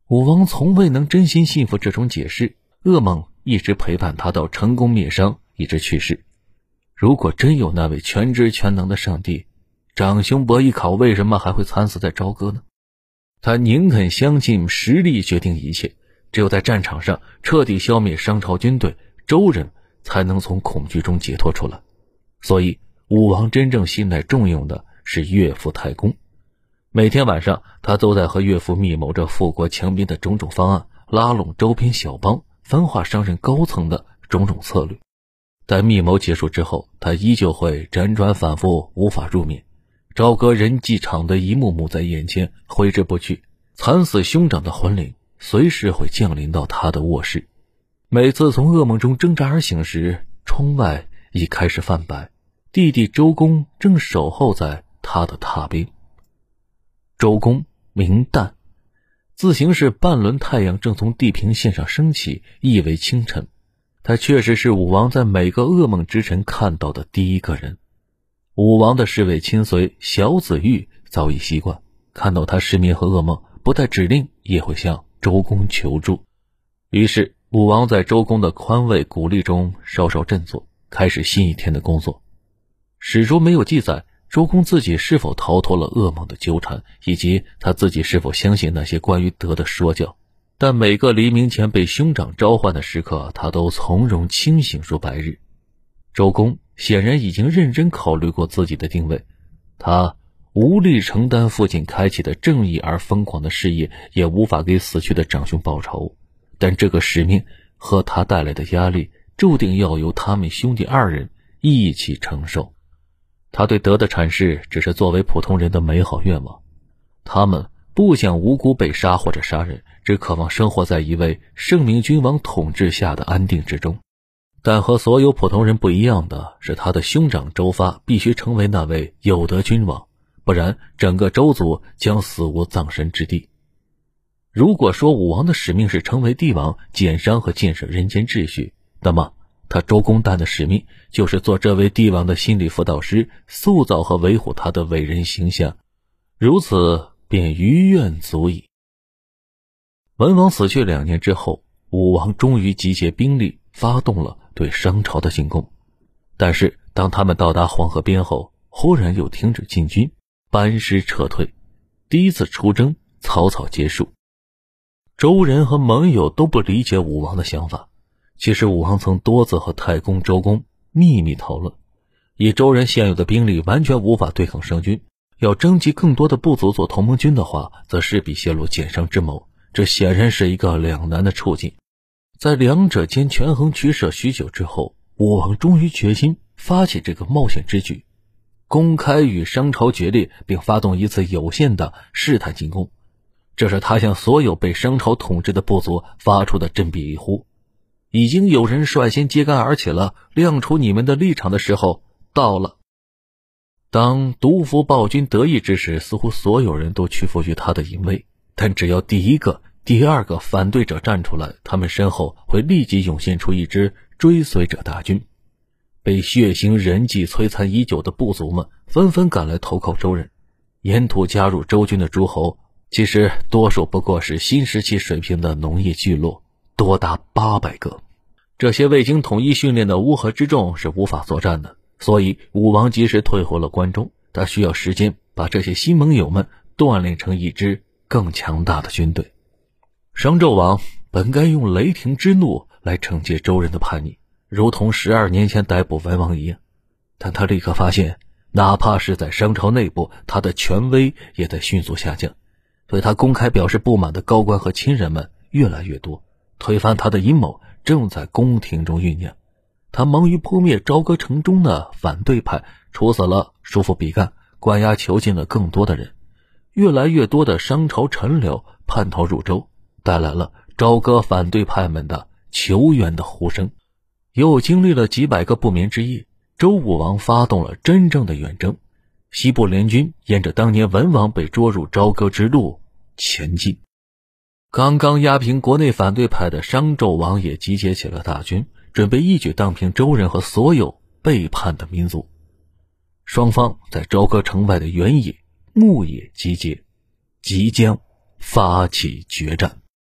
武王从未能真心信服这种解释，噩梦一直陪伴他到成功灭商，一直去世。如果真有那位全知全能的上帝，长兄伯邑考为什么还会惨死在朝歌呢？他宁肯相信实力决定一切，只有在战场上彻底消灭商朝军队，周人才能从恐惧中解脱出来。所以武王真正信赖重用的是岳父太公。每天晚上，他都在和岳父密谋着富国强兵的种种方案，拉拢周边小邦，分化商人高层的种种策略。但密谋结束之后，他依旧会辗转反复，无法入眠。朝歌人祭场的一幕幕在眼前挥之不去，惨死兄长的魂灵随时会降临到他的卧室。每次从噩梦中挣扎而醒时，窗外已开始泛白，弟弟周公正守候在他的榻边。周公名旦，自行是半轮太阳正从地平线上升起，意为清晨。他确实是武王在每个噩梦之晨看到的第一个人。武王的侍卫亲随小子玉早已习惯，看到他失眠和噩梦，不带指令也会向周公求助。于是武王在周公的宽慰鼓励中稍稍振作，开始新一天的工作。史书没有记载周公自己是否逃脱了噩梦的纠缠，以及他自己是否相信那些关于德的说教，但每个黎明前被兄长召唤的时刻，他都从容清醒如白日。周公显然已经认真考虑过自己的定位，他无力承担父亲开启的正义而疯狂的事业，也无法给死去的长兄报仇，但这个使命和他带来的压力注定要由他们兄弟二人一起承受。他对德的阐释只是作为普通人的美好愿望，他们不想无辜被杀或者杀人，只渴望生活在一位圣明君王统治下的安定之中。但和所有普通人不一样的是，他的兄长周发必须成为那位有德君王，不然整个周族将死无葬身之地。如果说武王的使命是成为帝王，减伤和建设人间秩序，那么他周公旦的使命就是做这位帝王的心理辅导师，塑造和维护他的伟人形象，如此便于愿足矣。文王死去两年之后，武王终于集结兵力，发动了对商朝的进攻。但是当他们到达黄河边后，忽然又停止进军，班师撤退，第一次出征草草结束。周人和盟友都不理解武王的想法。其实武王曾多次和太公、周公秘密讨论，以周人现有的兵力完全无法对抗商军，要征集更多的部族做同盟军的话，则势必泄露减商之谋，这显然是一个两难的处境。在两者间权衡取舍许久之后，武王终于决心发起这个冒险之举，公开与商朝决裂，并发动一次有限的试探进攻。这是他向所有被商朝统治的部族发出的振臂一呼。已经有人率先揭竿而起了，亮出你们的立场的时候到了。当独服暴君得意之时，似乎所有人都屈服于他的淫威，但只要第一个、第二个反对者站出来，他们身后会立即涌现出一支追随者大军。被血腥人迹摧残已久的部族们纷纷赶来投靠周人，沿途加入周军的诸侯，其实多数不过是新石器水平的农业聚落，多达八百个。这些未经统一训练的乌合之众是无法作战的，所以武王及时退回了关中，他需要时间把这些新盟友们锻炼成一支更强大的军队。商纣王本该用雷霆之怒来惩戒周人的叛逆，如同十二年前逮捕文王一样，但他立刻发现，哪怕是在商朝内部，他的权威也在迅速下降，对他公开表示不满的高官和亲人们越来越多，推翻他的阴谋正在宫廷中酝酿。他忙于扑灭朝歌城中的反对派，处死了叔父比干，关押囚禁了更多的人。越来越多的商朝臣僚叛逃入周，带来了朝歌反对派们的求援的呼声。又经历了几百个不眠之夜，周武王发动了真正的远征，西部联军沿着当年文王被捉入朝歌之路前进。刚刚压平国内反对派的商纣王也集结起了大军，准备一举荡平周人和所有背叛的民族。双方在朝歌城外的原野、牧野集结，即将发起决战。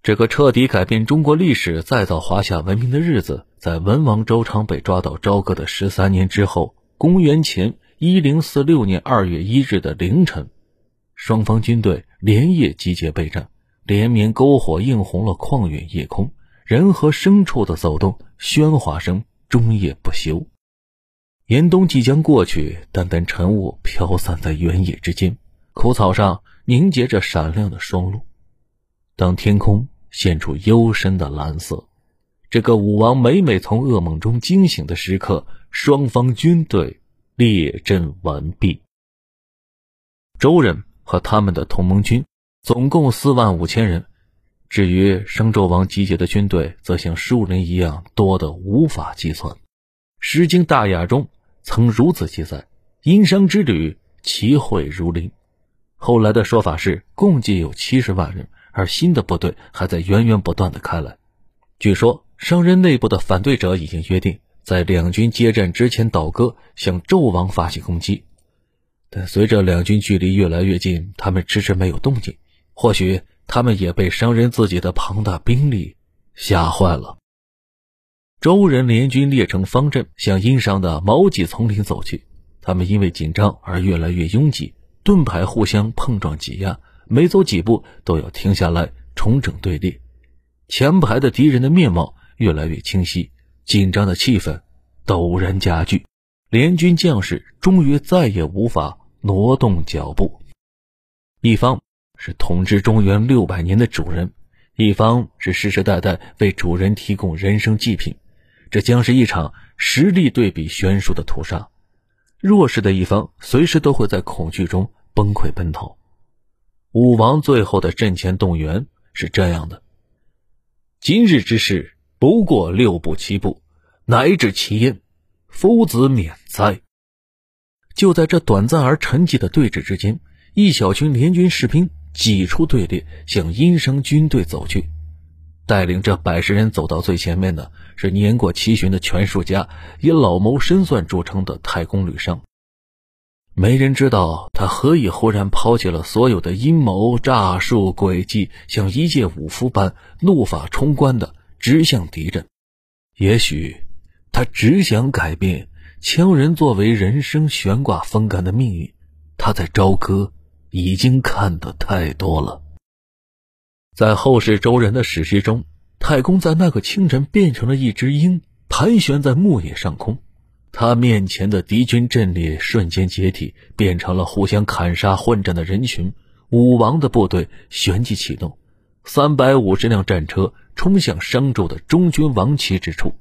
这个彻底改变中国历史、再造华夏文明的日子，在文王周昌被抓到朝歌的十三年之后，公元前一零四六年二月一日的凌晨，双方军队连夜集结备战，连绵篝火映红了旷远夜空，人和牲畜的走动，喧哗声终夜不休。严冬即将过去，淡淡晨雾飘散在原野之间，枯草上凝结着闪亮的霜露。当天空现出幽深的蓝色，这个武王每每从噩梦中惊醒的时刻，双方军队列阵完毕。周人和他们的同盟军总共四万五千人，至于商纣王集结的军队，则像树林一样多得无法计算。《诗经·大雅》中曾如此记载：殷商之旅，其会如林。后来的说法是共计有七十万人，而新的部队还在源源不断地开来。据说商人内部的反对者已经约定，在两军接战之前倒戈，向纣王发起攻击。但随着两军距离越来越近，他们迟迟没有动静，或许他们也被商人自己的庞大兵力吓坏了。周人联军列成方阵，向殷商的毛戟丛林走去。他们因为紧张而越来越拥挤，盾牌互相碰撞挤压，每走几步都要停下来重整队列。前排的敌人的面貌越来越清晰，紧张的气氛陡然加剧，联军将士终于再也无法挪动脚步。一方是统治中原六百年的主人，一方是世世代代为主人提供人生祭品，这将是一场实力对比悬殊的屠杀。弱势的一方随时都会在恐惧中崩溃奔逃。武王最后的阵前动员是这样的：今日之事，不过六步七步，乃至其焉，夫子免哉。就在这短暂而沉寂的对峙之间，一小群联军士兵挤出队列，向殷商军队走去。带领这百十人走到最前面的是年过七旬的权术家，以老谋深算著称的太公吕尚。没人知道他何以忽然抛弃了所有的阴谋诈术诡计，像一介武夫般怒发冲冠地直向敌人。也许他只想改变羌人作为人生悬挂风干的命运，他在朝歌已经看得太多了。在后世周人的史诗中，太公在那个清晨变成了一只鹰，盘旋在牧野上空。他面前的敌军阵列瞬间解体，变成了互相砍杀混战的人群。武王的部队旋即启动，三百五十辆战车冲向商纣的中军王旗之处。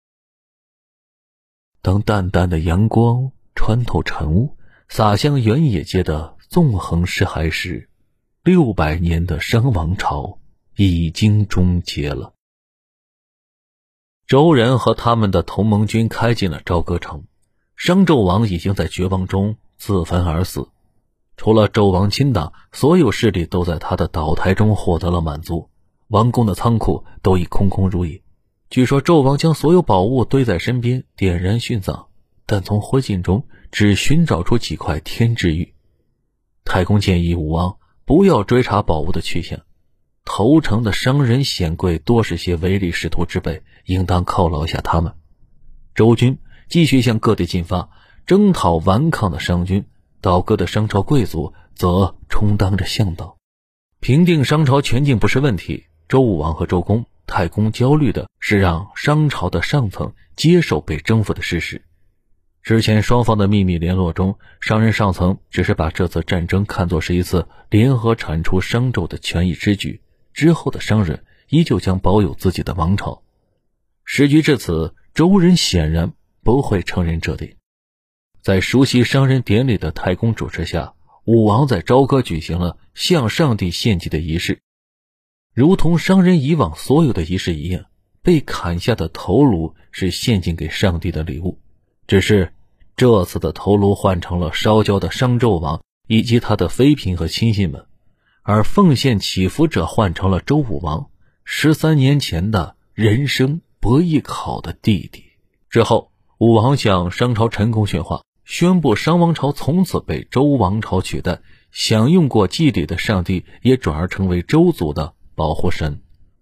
当淡淡的阳光穿透晨雾，洒向原野间的纵横尸骸时，六百年的商王朝已经终结了。周人和他们的同盟军开进了朝歌城，商纣王已经在绝望中自焚而死。除了纣王亲党，所有势力都在他的倒台中获得了满足，王宫的仓库都已空空如也。据说纣王将所有宝物堆在身边，点燃殉葬，但从灰烬中只寻找出几块天之玉。太公建议武王不要追查宝物的去向，投诚的商人显贵多是些唯利是图之辈，应当犒劳下他们。周军继续向各地进发，征讨顽抗的商军，倒戈的商朝贵族则充当着向导。平定商朝全境不是问题，周武王和周公、太公焦虑的是让商朝的上层接受被征服的事实。之前双方的秘密联络中，商人上层只是把这次战争看作是一次联合铲除商纣的权宜之举，之后的商人依旧将保有自己的王朝。时局至此，周人显然不会承认这点。在熟悉商人典礼的太公主持下，武王在朝歌举行了向上帝献祭的仪式。如同商人以往所有的仪式一样，被砍下的头颅是献祭给上帝的礼物，只是这次的头颅换成了烧焦的商纣王以及他的妃嫔和亲信们，而奉献祈福者换成了周武王，十三年前的人生伯邑考的弟弟。之后，武王向商朝成功训话，宣布商王朝从此被周王朝取代，享用过祭礼的上帝也转而成为周族的保护神。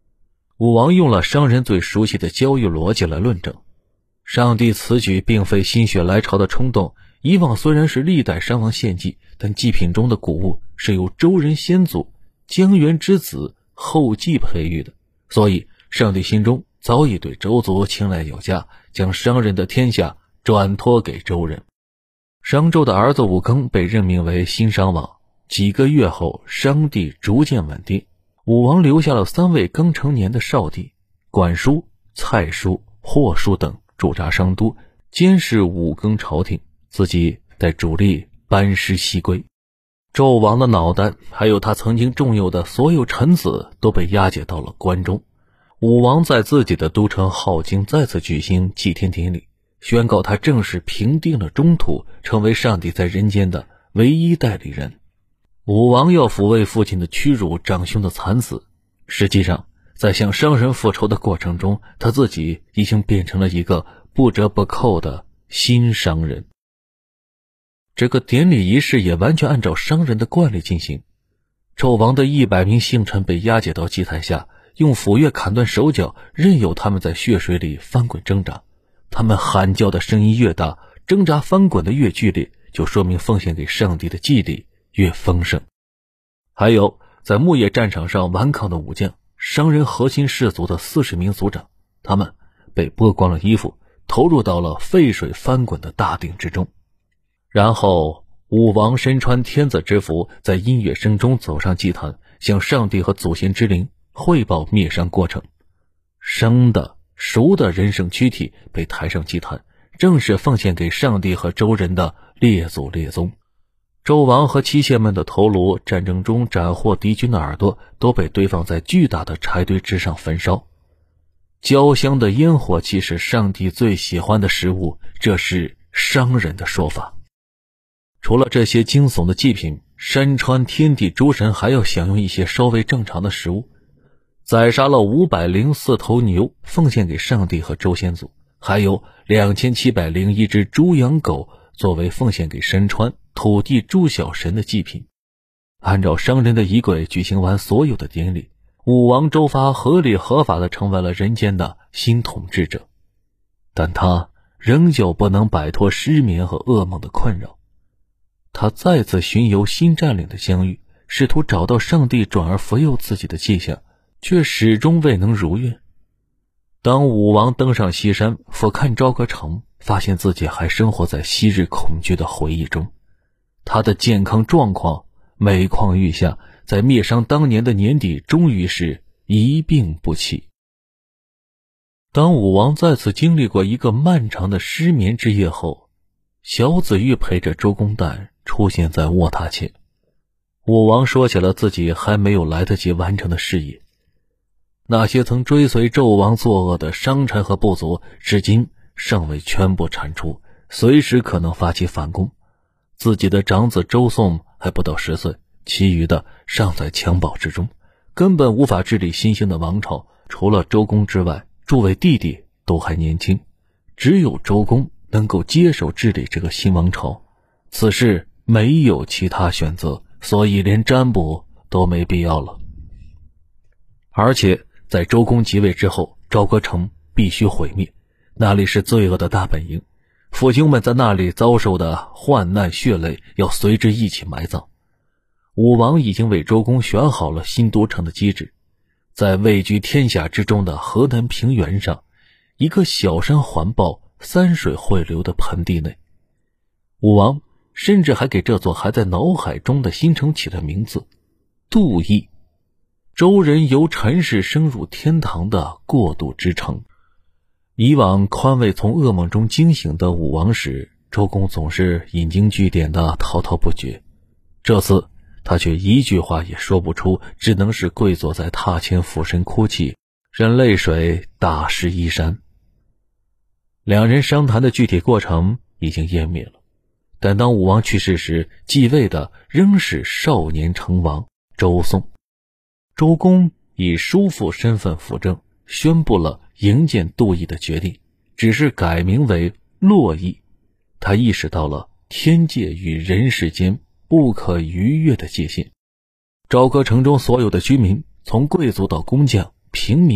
武王用了商人最熟悉的交易逻辑来论证，上帝此举并非心血来潮的冲动，以往虽然是历代商王献祭，但祭品中的谷物是由周人先祖姜元之子后稷培育的，所以上帝心中早已对周族青睐有加，将商人的天下转托给周人。商纣的儿子武庚被任命为新商王，几个月后商地逐渐稳定，武王留下了三位刚成年的少帝，管叔、蔡叔、霍叔等驻扎商都，监视武庚朝廷，自己带主力班师西归。纣王的脑袋还有他曾经重用的所有臣子都被押解到了关中。武王在自己的都城镐京再次举行祭天典礼，宣告他正式平定了中土，成为上帝在人间的唯一代理人。武王要抚慰父亲的屈辱，长兄的惨死，实际上在向商人复仇的过程中，他自己已经变成了一个不折不扣的新商人。这个典礼仪式也完全按照商人的惯例进行。纣王的一百名幸臣被押解到祭台下，用斧钺砍断手脚，任由他们在血水里翻滚挣扎。他们喊叫的声音越大，挣扎翻滚的越剧烈，就说明奉献给上帝的祭礼越丰盛。还有在牧野战场上顽抗的武将，商人核心氏族的四十名族长，他们被剥光了衣服，投入到了沸水翻滚的大鼎之中。然后武王身穿天子之服，在音乐声中走上祭坛，向上帝和祖先之灵汇报灭商过程。生的熟的人圣躯体被抬上祭坛，正是奉献给上帝和周人的列祖列宗。纣王和妻妾们的头颅，战争中斩获敌军的耳朵，都被堆放在巨大的柴堆之上焚烧。焦香的烟火气是上帝最喜欢的食物，这是商人的说法。除了这些惊悚的祭品，山川天地诸神还要享用一些稍微正常的食物。宰杀了五百零四头牛，奉献给上帝和周先祖，还有两千七百零一只猪羊狗作为奉献给山川土地诸小神的祭品。按照商人的仪轨举行完所有的典礼，武王周发合理合法地成为了人间的新统治者，但他仍旧不能摆脱失眠和噩梦的困扰。他再次巡游新占领的疆域，试图找到上帝转而扶佑自己的迹象，却始终未能如愿。当武王登上西山，俯瞰朝歌城，发现自己还生活在昔日恐惧的回忆中。他的健康状况每况愈下，在灭商当年的年底，终于是一病不起。当武王再次经历过一个漫长的失眠之夜后，小子玉陪着周公旦出现在卧榻前。武王说起了自己还没有来得及完成的事业。那些曾追随纣王作恶的商臣和部族，至今尚未全部铲除，随时可能发起反攻。自己的长子周颂还不到十岁，其余的尚在襁褓之中，根本无法治理新兴的王朝。除了周公之外，诸位弟弟都还年轻，只有周公能够接手治理这个新王朝。此事没有其他选择，所以连占卜都没必要了。而且在周公即位之后，朝歌城必须毁灭，那里是罪恶的大本营，父兄们在那里遭受的患难血泪要随之一起埋葬。武王已经为周公选好了新都城的基址，在位居天下之中的河南平原上，一个小山环抱、三水汇流的盆地内。武王甚至还给这座还在脑海中的新城起了名字——杜邑。周人由尘世升入天堂的过渡之城。以往宽慰从噩梦中惊醒的武王时，周公总是引经据典的滔滔不绝。这次他却一句话也说不出，只能是跪坐在榻前俯身哭泣，任泪水打湿衣衫。两人商谈的具体过程已经湮灭了，但当武王去世时，继位的仍是少年成王周颂。周公以叔父身份辅政，宣布了营建杜邑的决定，只是改名为洛邑。他意识到了天界与人世间不可逾越的界限。朝歌城中所有的居民，从贵族到工匠、平民，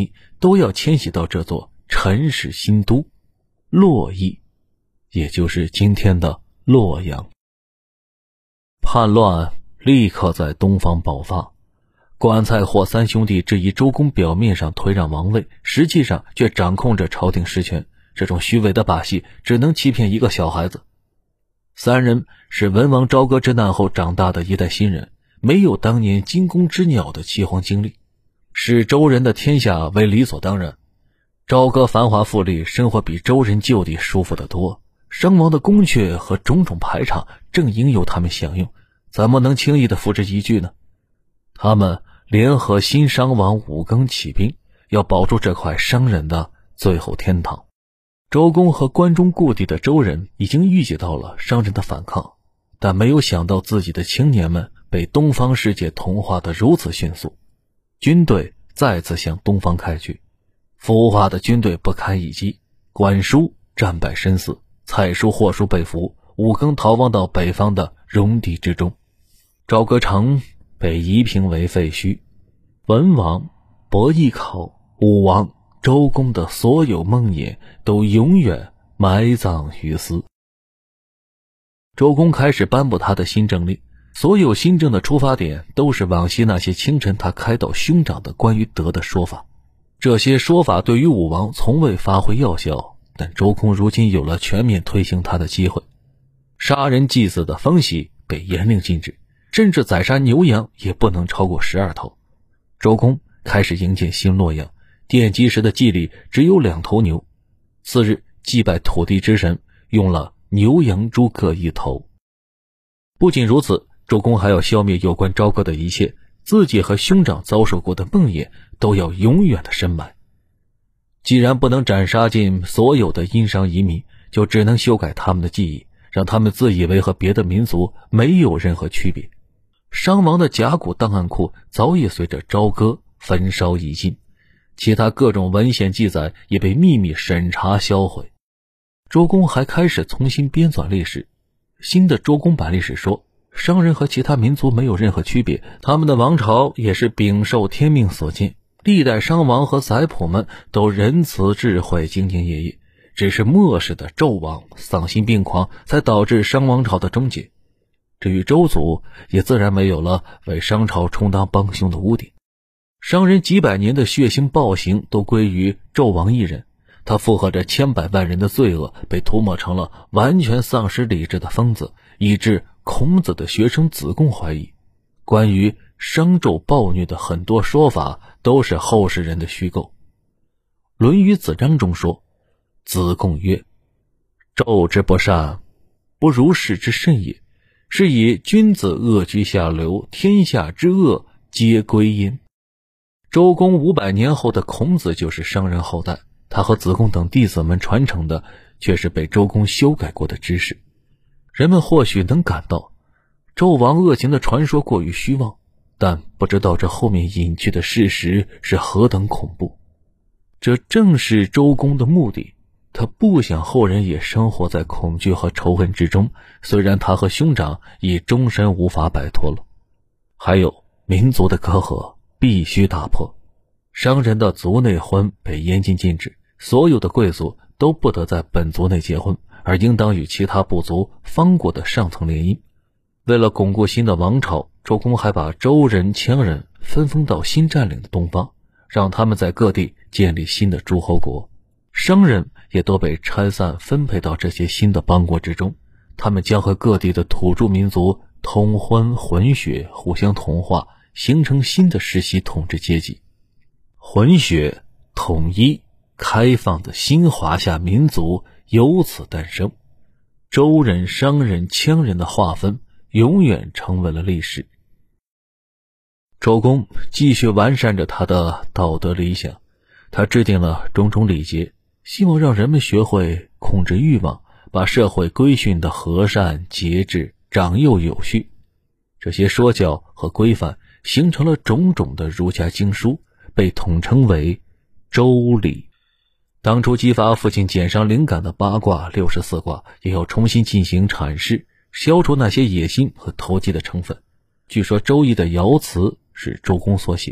都要迁徙到这座陈氏新都洛邑，也就是今天的洛阳。叛乱立刻在东方爆发，管蔡霍三兄弟质疑周公表面上推让王位，实际上却掌控着朝廷实权，这种虚伪的把戏只能欺骗一个小孩子。三人是文王朝歌之难后长大的一代新人，没有当年惊弓之鸟的岐黄经历，视周人的天下为理所当然。朝歌繁华富丽，生活比周人就地舒服得多，商王的宫阙和种种排场正应由他们享用，怎么能轻易地付之一炬呢？他们联合新商王武庚起兵，要保住这块商人的最后天堂。周公和关中故地的周人已经预计到了商人的反抗，但没有想到自己的青年们被东方世界同化得如此迅速。军队再次向东方开去，腐化的军队不堪一击，管叔战败身死，蔡叔、霍叔被俘，武庚逃亡到北方的戎狄之中。朝歌城被夷平为废墟，文王、伯邑考、武王、周公的所有梦魇都永远埋葬于斯。周公开始颁布他的新政令，所有新政的出发点都是往昔那些清晨他开导兄长的关于德的说法。这些说法对于武王从未发挥药效，但周公如今有了全面推行他的机会。杀人祭祀的风习被严令禁止，甚至宰杀牛羊也不能超过十二头。周公开始营建新洛阳，奠基时的祭礼只有两头牛。次日祭拜土地之神，用了牛羊猪各一头。不仅如此，周公还要消灭有关朝歌的一切，自己和兄长遭受过的梦魇都要永远的深埋。既然不能斩杀尽所有的殷商移民，就只能修改他们的记忆，让他们自以为和别的民族没有任何区别。商王的甲骨档案库早已随着朝歌焚烧殆尽，其他各种文献记载也被秘密审查销毁。周公还开始重新编纂历史。新的周公版历史说，商人和其他民族没有任何区别，他们的王朝也是禀受天命所建，历代商王和宰普们都仁慈智慧兢兢业业，只是末世的纣王丧心病狂，才导致商王朝的终结。至于周族，也自然没有了为商朝充当帮凶的屋顶。商人几百年的血腥暴行都归于纣王一人，他负荷着千百万人的罪恶，被涂抹成了完全丧失理智的疯子，以致孔子的学生子贡怀疑，关于商纣暴虐的很多说法都是后世人的虚构。论语子章中说，子贡曰：纣之不善，不如是之甚也，是以君子恶居下流，天下之恶皆归焉。周公五百年后的孔子就是商人后代，他和子贡等弟子们传承的却是被周公修改过的知识。人们或许能感到纣王恶行的传说过于虚妄，但不知道这后面隐去的事实是何等恐怖。这正是周公的目的，他不想后人也生活在恐惧和仇恨之中，虽然他和兄长已终身无法摆脱了。还有民族的隔阂必须打破，商人的族内婚被严禁禁止，所有的贵族都不得在本族内结婚，而应当与其他部族方国的上层联姻。为了巩固新的王朝，周公还把周人、羌人分封到新占领的东方，让他们在各地建立新的诸侯国。商人也都被拆散分配到这些新的邦国之中，他们将和各地的土著民族通婚混血，互相同化，形成新的世袭统治阶级。混血、统一、开放的新华夏民族由此诞生。周人、商人、羌人的划分永远成为了历史。周公继续完善着他的道德理想，他制定了种种礼节，希望让人们学会控制欲望，把社会规训的和善、节制、长幼有序。这些说教和规范形成了种种的儒家经书，被统称为周礼。当初激发父亲减伤灵感的八卦、六十四卦也要重新进行阐释，消除那些野心和投机的成分。据说周易的爻辞是周公所写，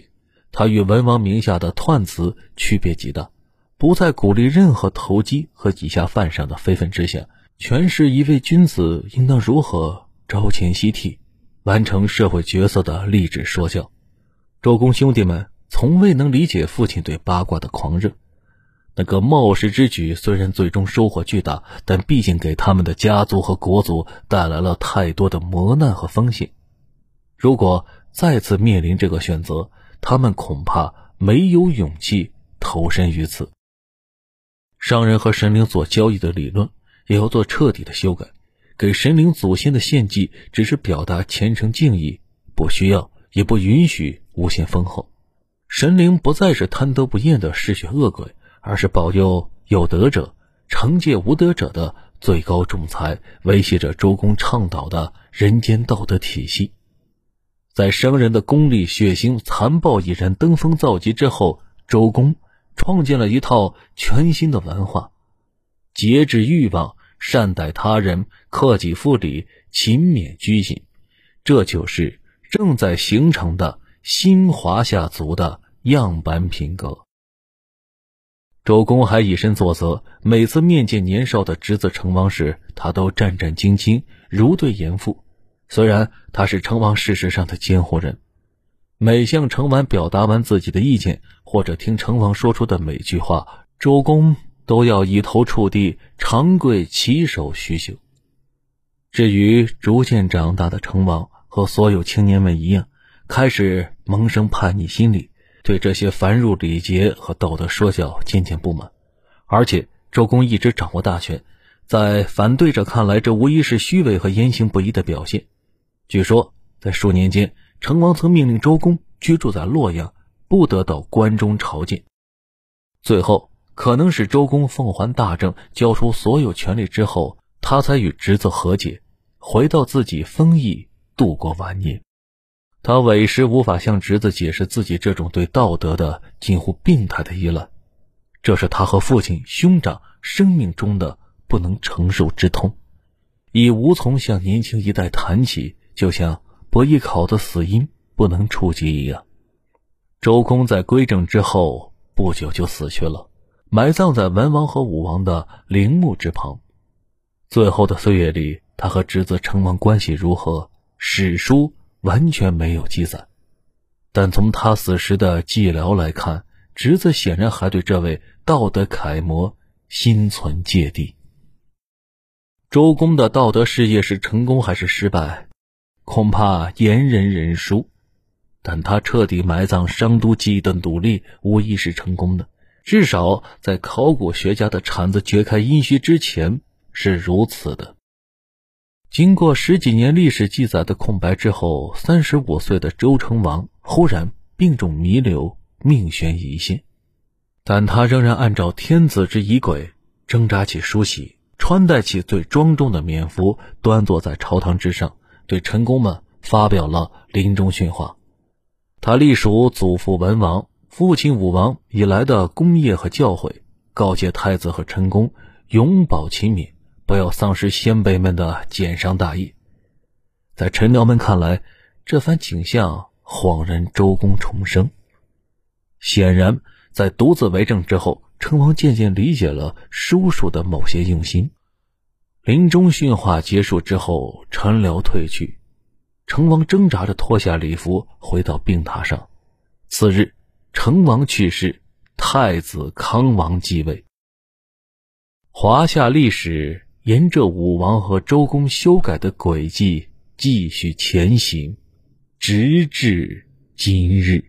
他与文王名下的彖辞区别极大，不再鼓励任何投机和以下犯上的非分之想，诠释一位君子应当如何朝前夕替，完成社会角色的励志说教。周公兄弟们从未能理解父亲对八卦的狂热，那个冒失之举虽然最终收获巨大，但毕竟给他们的家族和国族带来了太多的磨难和风险。如果再次面临这个选择，他们恐怕没有勇气投身于此。商人和神灵所交易的理论也要做彻底的修改，给神灵祖先的献祭只是表达虔诚敬意，不需要也不允许无限丰厚。神灵不再是贪得不厌的嗜血恶鬼，而是保佑有德者惩戒无德者的最高仲裁，维系着周公倡导的人间道德体系。在商人的功利血腥残暴已然登峰造极之后，周公创建了一套全新的文化，节制欲望，善待他人，克己复礼，勤勉居谨，这就是正在形成的新华夏族的样板品格。周公还以身作则，每次面见年少的侄子成王时，他都战战兢兢，如对严父。虽然他是成王事实上的监护人，每向成王表达完自己的意见，或者听成王说出的每句话，周公都要以头触地，长跪稽首许久。至于逐渐长大的成王，和所有青年们一样，开始萌生叛逆心理，对这些繁缛礼节和道德说教渐渐不满。而且周公一直掌握大权，在反对者看来，这无疑是虚伪和言行不一的表现。据说在数年间，成王曾命令周公居住在洛阳，不得到关中朝见。最后可能是周公奉还大政，交出所有权力之后，他才与侄子和解，回到自己封邑，度过晚年。他委实无法向侄子解释自己这种对道德的近乎病态的依赖，这是他和父亲兄长生命中的不能承受之痛，已无从向年轻一代谈起，就像不易考的死因不能触及一样。周公在归政之后不久就死去了，埋葬在文王和武王的陵墓之旁。最后的岁月里，他和侄子成王关系如何，史书完全没有记载，但从他死时的寂寥来看，侄子显然还对这位道德楷模心存芥蒂。周公的道德事业是成功还是失败，恐怕言人人殊，但他彻底埋葬商都记忆的努力无疑是成功的，至少在考古学家的铲子掘开殷墟之前是如此的。经过十几年历史记载的空白之后，三十五岁的周成王忽然病重弥留，命悬一线，但他仍然按照天子之仪轨，挣扎起梳洗，穿戴起最庄重的冕服，端坐在朝堂之上，对臣工们发表了临终训话。他隶属祖父文王、父亲武王以来的功业和教诲，告诫太子和臣工永保勤勉，不要丧失先辈们的简商大义。在臣僚们看来，这番景象恍然周公重生。显然在独自为政之后，成王渐渐理解了叔叔的某些用心。临终训话结束之后，臣僚退去，成王挣扎着脱下礼服，回到病榻上。次日，成王去世，太子康王继位。华夏历史沿着武王和周公修改的轨迹继续前行，直至今日。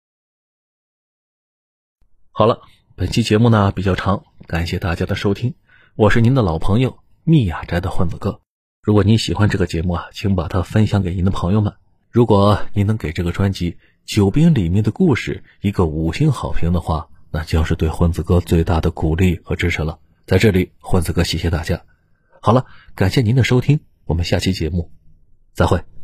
好了，本期节目呢比较长，感谢大家的收听，我是您的老朋友密雅斋的混子哥。如果您喜欢这个节目啊，请把它分享给您的朋友们。如果您能给这个专辑《九编里面的故事》一个五星好评的话，那将是对混子哥最大的鼓励和支持了。在这里，混子哥谢谢大家。好了，感谢您的收听，我们下期节目再会。